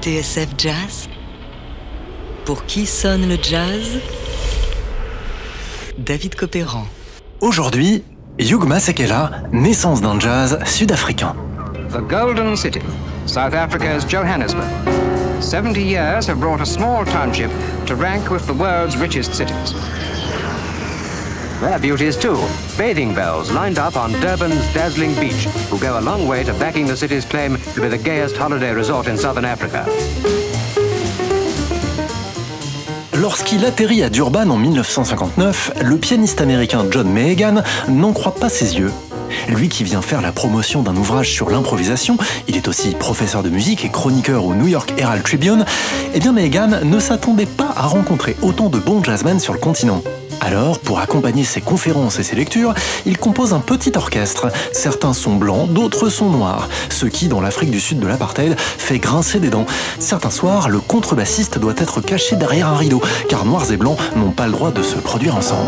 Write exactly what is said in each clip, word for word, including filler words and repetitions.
T S F Jazz. Pour qui sonne le jazz? David Copéran. Aujourd'hui, Hugh Masekela, naissance d'un jazz sud-africain. The Golden City, South Africa's Johannesburg. seventy years have brought a small township to rank with the world's richest cities. Their beauties too, bathing bells lined up on Durban's dazzling beach, who go a long way to backing the city's claim to be the gayest holiday resort in southern Africa. Lorsqu'il atterrit à Durban en dix-neuf cent cinquante-neuf, le pianiste américain John Mehegan n'en croit pas ses yeux. Lui qui vient faire la promotion d'un ouvrage sur l'improvisation, il est aussi professeur de musique et chroniqueur au New York Herald Tribune, eh bien Mehegan ne s'attendait pas à rencontrer autant de bons jazzmen sur le continent. Alors, pour accompagner ses conférences et ses lectures, il compose un petit orchestre. Certains sont blancs, d'autres sont noirs, ce qui, dans l'Afrique du Sud de l'apartheid, fait grincer des dents. Certains soirs, le contrebassiste doit être caché derrière un rideau, car noirs et blancs n'ont pas le droit de se produire ensemble.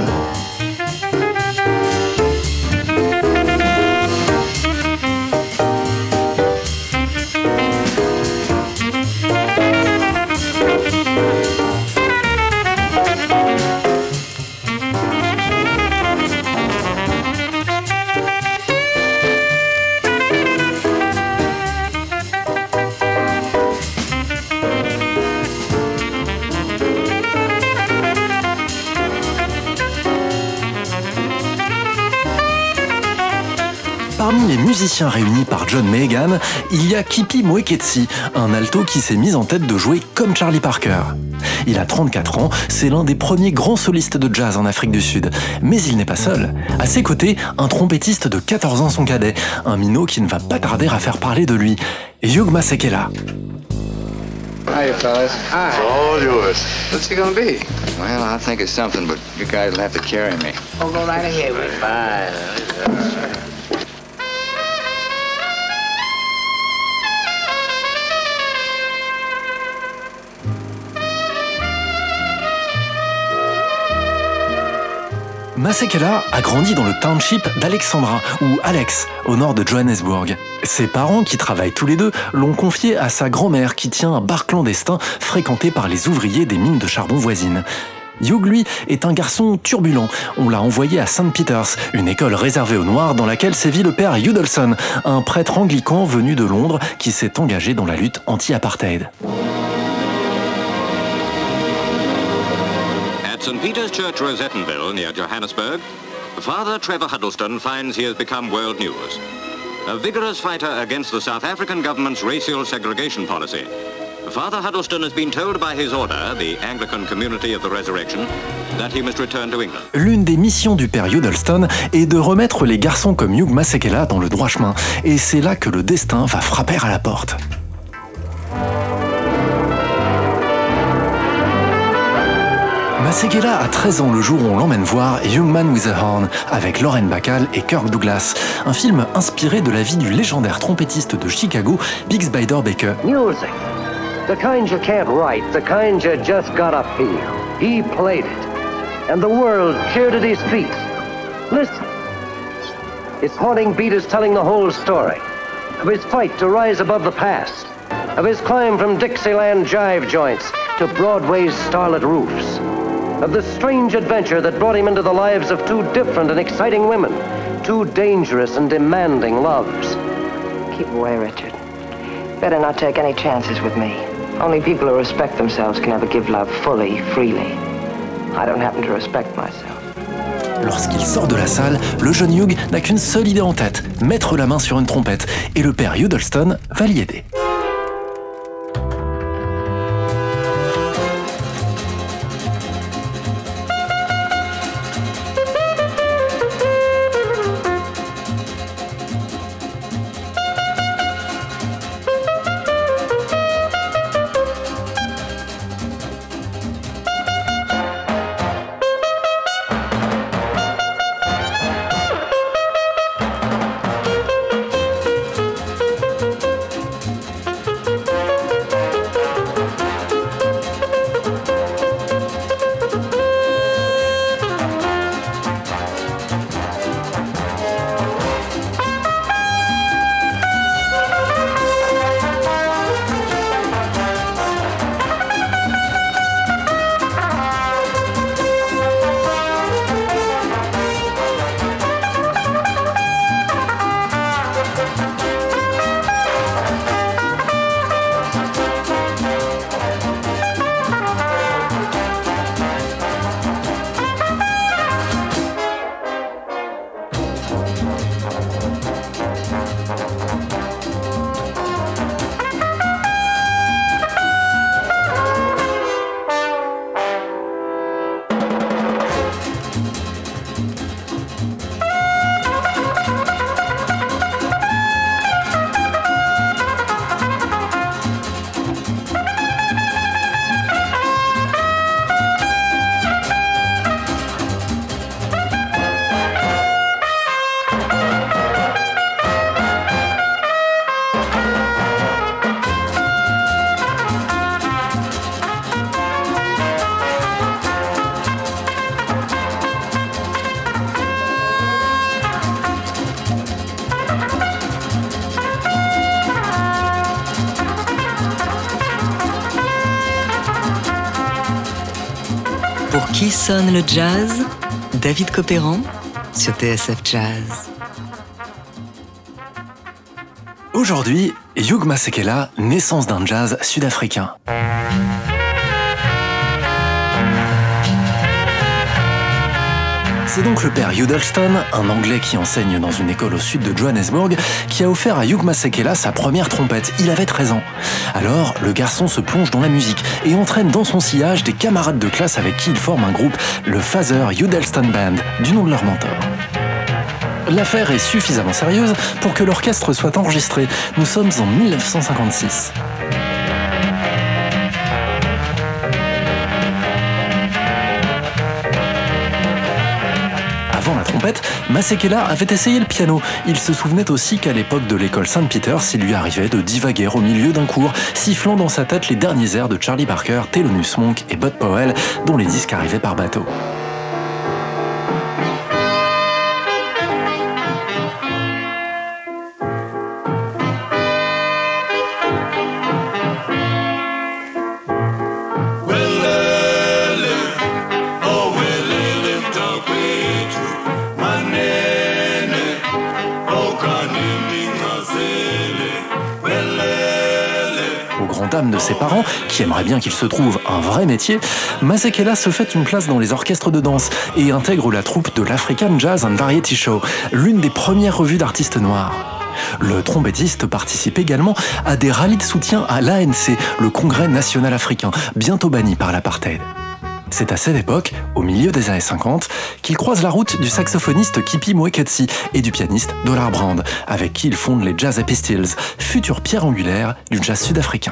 Parmi les musiciens réunis par John Mehegan, il y a Kippie Moeketsi, un alto qui s'est mis en tête de jouer comme Charlie Parker. Il a trente-quatre ans, c'est l'un des premiers grands solistes de jazz en Afrique du Sud. Mais il n'est pas seul. À ses côtés, un trompettiste de quatorze ans son cadet, un minot qui ne va pas tarder à faire parler de lui, Hugh Masekela. Hiya, fellas. Hi. It's all yours. What's it gonna be? Well, I think it's something, but you guys will have to carry me. Oh, go right ahead with it. Fine. Masekela a grandi dans le township d'Alexandra, ou Alex, au nord de Johannesburg. Ses parents, qui travaillent tous les deux, l'ont confié à sa grand-mère qui tient un bar clandestin fréquenté par les ouvriers des mines de charbon voisines. Hugh, lui, est un garçon turbulent. On l'a envoyé à Saint Peter's, une école réservée aux Noirs dans laquelle sévit le père Huddleston, un prêtre anglican venu de Londres qui s'est engagé dans la lutte anti-apartheid. Saint Peter's Church, Rosettenville, near Johannesburg, Father Trevor Huddleston finds he has become world news. A vigorous fighter against the South African government's racial segregation policy. Father Huddleston has been told by his order, the Anglican Community of the Resurrection, that he must return to England. L'une des missions du père Huddleston est de remettre les garçons comme Hugh Masekela dans le droit chemin, et c'est là que le destin va frapper à la porte. Masekela a treize ans le jour où on l'emmène voir Young Man with a Horn avec Lauren Bacall et Kirk Douglas, un film inspiré de la vie du légendaire trompettiste de Chicago, Bix Beiderbecke. Music, the kind you can't write, the kind you just gotta feel. He played it, and the world cheered at his feet. Listen, his haunting beat is telling the whole story of his fight to rise above the past, of his climb from Dixieland jive joints to Broadway's starlit roofs, of the strange adventure that brought him into the lives of two different and exciting women, two dangerous and demanding loves. Keep away, Richard. Better not take any chances with me. Only people who respect themselves can ever give love fully, freely. I don't happen to respect myself. Lorsqu'il sort de la salle, le jeune Hugh n'a qu'une seule idée en tête, mettre la main sur une trompette, et le père Huddleston va l'y aider. Pour qui sonne le jazz? David Copéran sur T S F Jazz. Aujourd'hui, Hugh Masekela, naissance d'un jazz sud-africain. C'est donc le père Huddleston, un Anglais qui enseigne dans une école au sud de Johannesburg, qui a offert à Hugh Masekela sa première trompette. Il avait treize ans. Alors, le garçon se plonge dans la musique et entraîne dans son sillage des camarades de classe avec qui il forme un groupe, le Father Huddleston Band, du nom de leur mentor. L'affaire est suffisamment sérieuse pour que l'orchestre soit enregistré. Nous sommes en mille neuf cent cinquante-six. Avant la trompette, Masekela avait essayé le piano. Il se souvenait aussi qu'à l'époque de l'école Saint-Peter, il lui arrivait de divaguer au milieu d'un cours, sifflant dans sa tête les derniers airs de Charlie Parker, Thelonious Monk et Bud Powell, dont les disques arrivaient par bateau. De ses parents, qui aimeraient bien qu'il se trouve un vrai métier, Masekela se fait une place dans les orchestres de danse et intègre la troupe de l'African Jazz and Variety Show, l'une des premières revues d'artistes noirs. Le trompettiste participe également à des rallyes de soutien à l'A N C, le Congrès national africain, bientôt banni par l'apartheid. C'est à cette époque, au milieu des années cinquante, qu'il croise la route du saxophoniste Kippie Moeketsi et du pianiste Dollar Brand, avec qui il fonde les Jazz Pistols, future pierre angulaire du jazz sud-africain.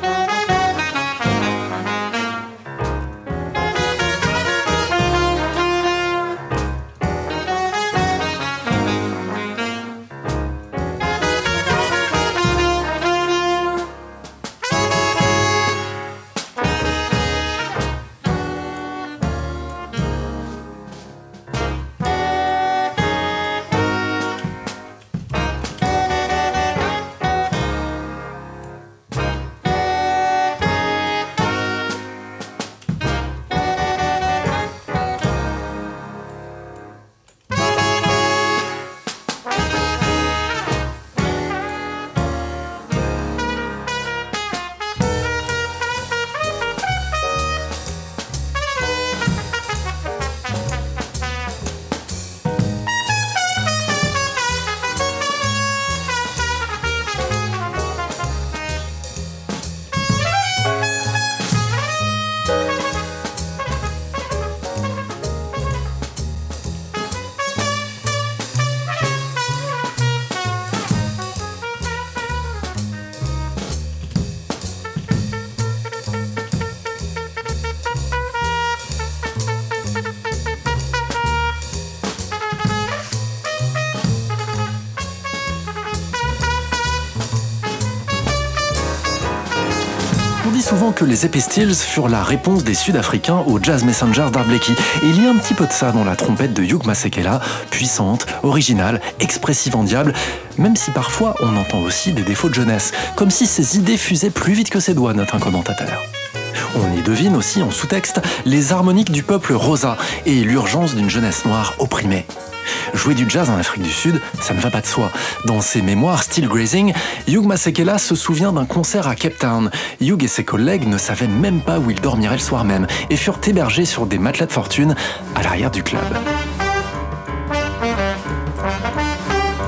On dit souvent que les Pistols furent la réponse des Sud-Africains aux Jazz Messengers d'Art Blakey. Et il y a un petit peu de ça dans la trompette de Hugh Masekela, puissante, originale, expressive en diable, même si parfois on entend aussi des défauts de jeunesse, comme si ses idées fusaient plus vite que ses doigts, note un commentateur. On y devine aussi en sous-texte les harmoniques du peuple rosa et l'urgence d'une jeunesse noire opprimée. Jouer du jazz en Afrique du Sud, ça ne va pas de soi. Dans ses mémoires Still Grazing, Hugh Masekela se souvient d'un concert à Cape Town. Hugh et ses collègues ne savaient même pas où ils dormiraient le soir même et furent hébergés sur des matelas de fortune à l'arrière du club.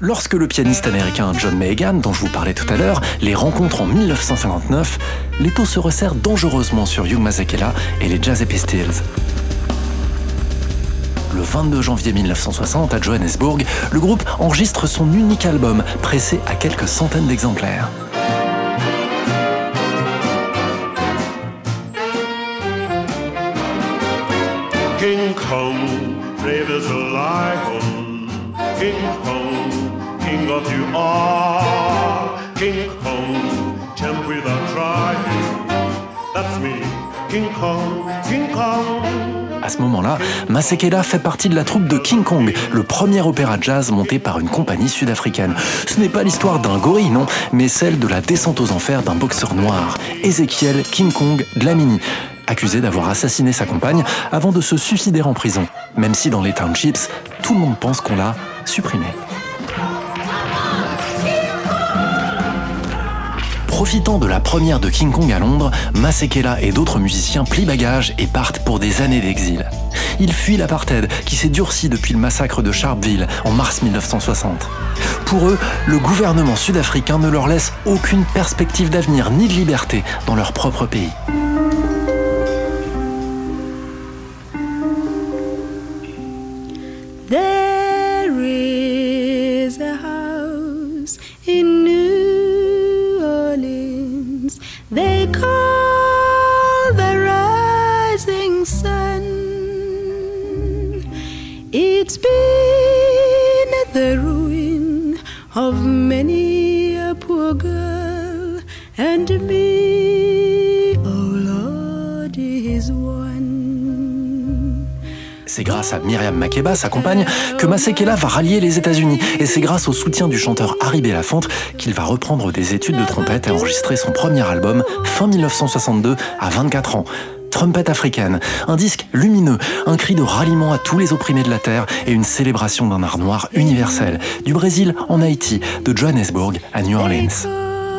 Lorsque le pianiste américain John Meighan, dont je vous parlais tout à l'heure, les rencontre en mille neuf cent cinquante-neuf, l'étau se resserre dangereusement sur Hugh Masekela et les Jazz Pistols. Le vingt-deux janvier mille neuf cent soixante, à Johannesburg, le groupe enregistre son unique album, pressé à quelques centaines d'exemplaires. King Kong, brave as a lion. King Kong, king of you all. King Kong, champ without trying. That's me, King Kong, King Kong. À ce moment-là, Masekela fait partie de la troupe de King Kong, le premier opéra jazz monté par une compagnie sud-africaine. Ce n'est pas l'histoire d'un gorille, non, mais celle de la descente aux enfers d'un boxeur noir, Ezekiel King Kong Dlamini, accusé d'avoir assassiné sa compagne avant de se suicider en prison, même si dans les townships, tout le monde pense qu'on l'a supprimé. Profitant de la première de King Kong à Londres, Masekela et d'autres musiciens plient bagages et partent pour des années d'exil. Ils fuient l'apartheid qui s'est durci depuis le massacre de Sharpeville en mars mille neuf cent soixante. Pour eux, le gouvernement sud-africain ne leur laisse aucune perspective d'avenir ni de liberté dans leur propre pays. There is a house in New Orleans they call the Rising Sun. It's been the ruin of many a poor girl, and me, oh Lord, is one. C'est grâce à Myriam Makeba, sa compagne, que Masekela va rallier les États-Unis. Et c'est grâce au soutien du chanteur Harry Belafonte qu'il va reprendre des études de trompette et enregistrer son premier album fin mille neuf cent soixante-deux à vingt-quatre ans. Trompette africaine, un disque lumineux, un cri de ralliement à tous les opprimés de la terre et une célébration d'un art noir universel, du Brésil en Haïti, de Johannesburg à New Orleans.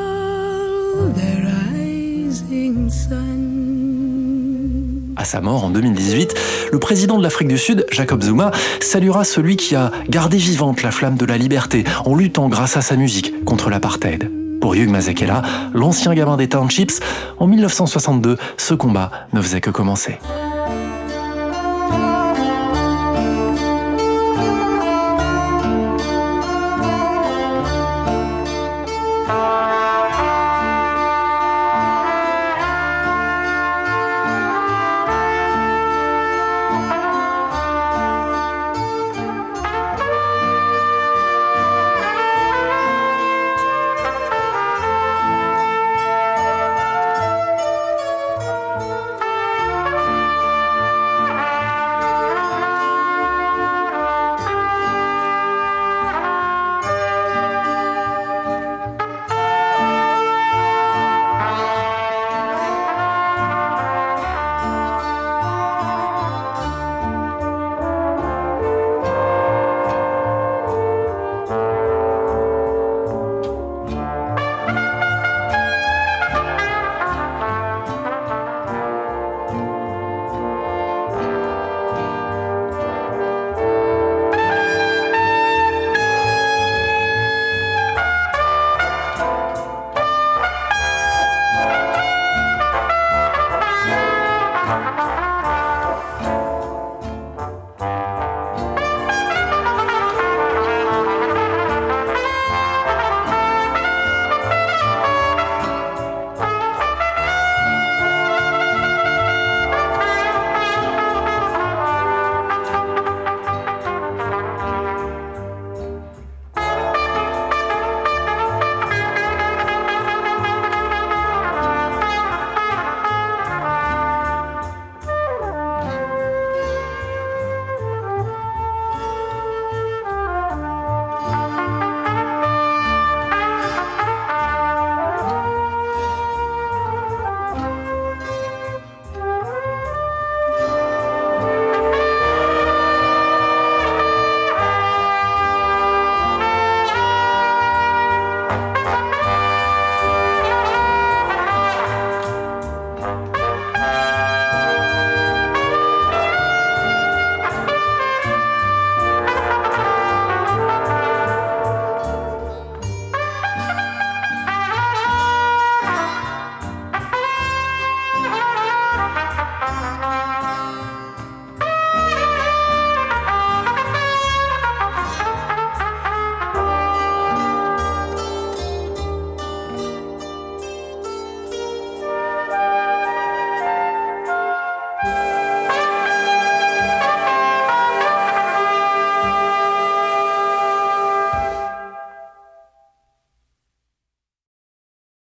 À sa mort en deux mille dix-huit, le président de l'Afrique du Sud, Jacob Zuma, saluera celui qui a gardé vivante la flamme de la liberté en luttant grâce à sa musique contre l'apartheid. Pour Hugh Masekela, l'ancien gamin des townships, en mille neuf cent soixante-deux, ce combat ne faisait que commencer.